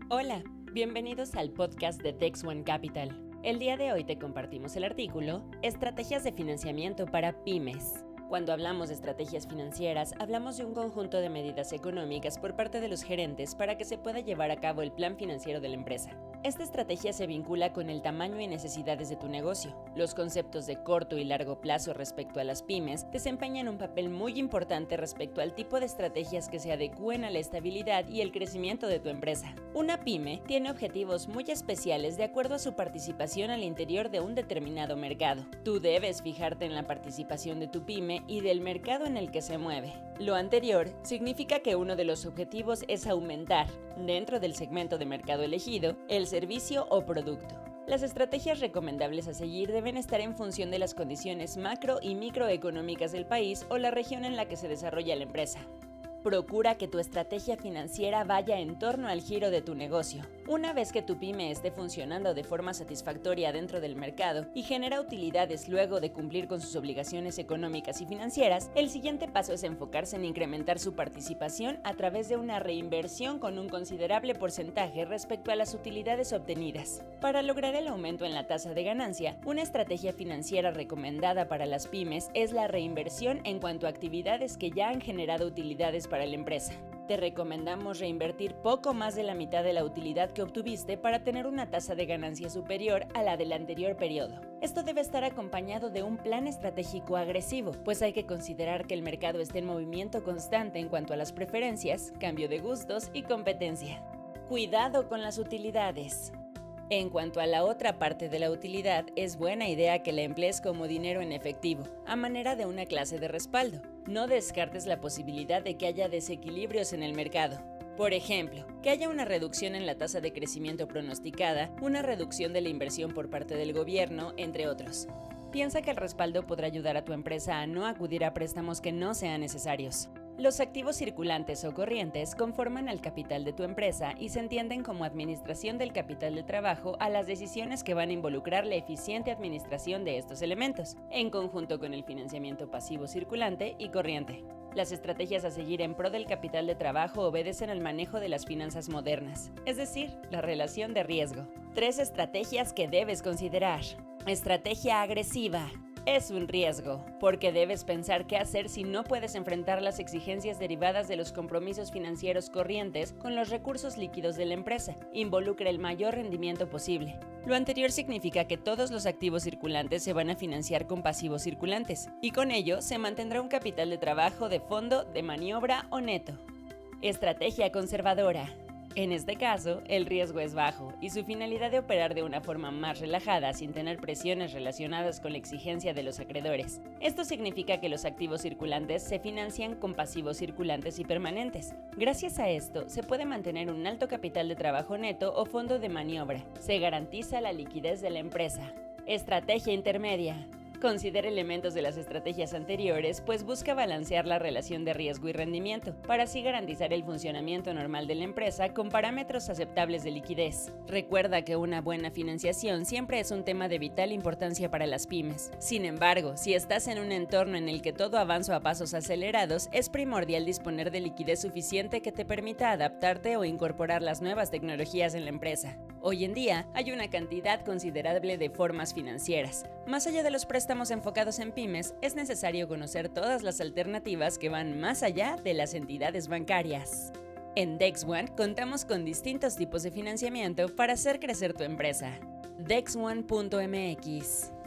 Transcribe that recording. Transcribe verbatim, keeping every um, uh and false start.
Hola, bienvenidos al podcast de Dex One Capital. El día de hoy te compartimos el artículo Estrategias de financiamiento para pymes. Cuando hablamos de estrategias financieras, hablamos de un conjunto de medidas económicas por parte de los gerentes para que se pueda llevar a cabo el plan financiero de la empresa. Esta estrategia se vincula con el tamaño y necesidades de tu negocio. Los conceptos de corto y largo plazo respecto a las pymes desempeñan un papel muy importante respecto al tipo de estrategias que se adecúen a la estabilidad y el crecimiento de tu empresa. Una pyme tiene objetivos muy especiales de acuerdo a su participación al interior de un determinado mercado. Tú debes fijarte en la participación de tu pyme y del mercado en el que se mueve. Lo anterior significa que uno de los objetivos es aumentar, dentro del segmento de mercado elegido, el servicio o producto. Las estrategias recomendables a seguir deben estar en función de las condiciones macro y microeconómicas del país o la región en la que se desarrolla la empresa. Procura que tu estrategia financiera vaya en torno al giro de tu negocio. Una vez que tu pyme esté funcionando de forma satisfactoria dentro del mercado y genera utilidades luego de cumplir con sus obligaciones económicas y financieras, el siguiente paso es enfocarse en incrementar su participación a través de una reinversión con un considerable porcentaje respecto a las utilidades obtenidas. Para lograr el aumento en la tasa de ganancia, una estrategia financiera recomendada para las pymes es la reinversión en cuanto a actividades que ya han generado utilidades para la empresa. Te recomendamos reinvertir poco más de la mitad de la utilidad que obtuviste para tener una tasa de ganancia superior a la del anterior periodo. Esto debe estar acompañado de un plan estratégico agresivo, pues hay que considerar que el mercado está en movimiento constante en cuanto a las preferencias, cambio de gustos y competencia. Cuidado con las utilidades. En cuanto a la otra parte de la utilidad, es buena idea que la emplees como dinero en efectivo, a manera de una clase de respaldo. No descartes la posibilidad de que haya desequilibrios en el mercado. Por ejemplo, que haya una reducción en la tasa de crecimiento pronosticada, una reducción de la inversión por parte del gobierno, entre otros. Piensa que el respaldo podrá ayudar a tu empresa a no acudir a préstamos que no sean necesarios. Los activos circulantes o corrientes conforman el capital de tu empresa y se entienden como administración del capital de trabajo a las decisiones que van a involucrar la eficiente administración de estos elementos, en conjunto con el financiamiento pasivo circulante y corriente. Las estrategias a seguir en pro del capital de trabajo obedecen al manejo de las finanzas modernas, es decir, la relación de riesgo. Tres estrategias que debes considerar. Estrategia agresiva. Es un riesgo, porque debes pensar qué hacer si no puedes enfrentar las exigencias derivadas de los compromisos financieros corrientes con los recursos líquidos de la empresa. Involucra el mayor rendimiento posible. Lo anterior significa que todos los activos circulantes se van a financiar con pasivos circulantes, y con ello se mantendrá un capital de trabajo de fondo, de maniobra o neto. Estrategia conservadora. En este caso, el riesgo es bajo y su finalidad de operar de una forma más relajada sin tener presiones relacionadas con la exigencia de los acreedores. Esto significa que los activos circulantes se financian con pasivos circulantes y permanentes. Gracias a esto, se puede mantener un alto capital de trabajo neto o fondo de maniobra. Se garantiza la liquidez de la empresa. Estrategia intermedia. Considera elementos de las estrategias anteriores, pues busca balancear la relación de riesgo y rendimiento, para así garantizar el funcionamiento normal de la empresa con parámetros aceptables de liquidez. Recuerda que una buena financiación siempre es un tema de vital importancia para las pymes. Sin embargo, si estás en un entorno en el que todo avanza a pasos acelerados, es primordial disponer de liquidez suficiente que te permita adaptarte o incorporar las nuevas tecnologías en la empresa. Hoy en día, hay una cantidad considerable de formas financieras. Más allá de los préstamos enfocados en pymes, es necesario conocer todas las alternativas que van más allá de las entidades bancarias. En Dex One contamos con distintos tipos de financiamiento para hacer crecer tu empresa. dex one punto m x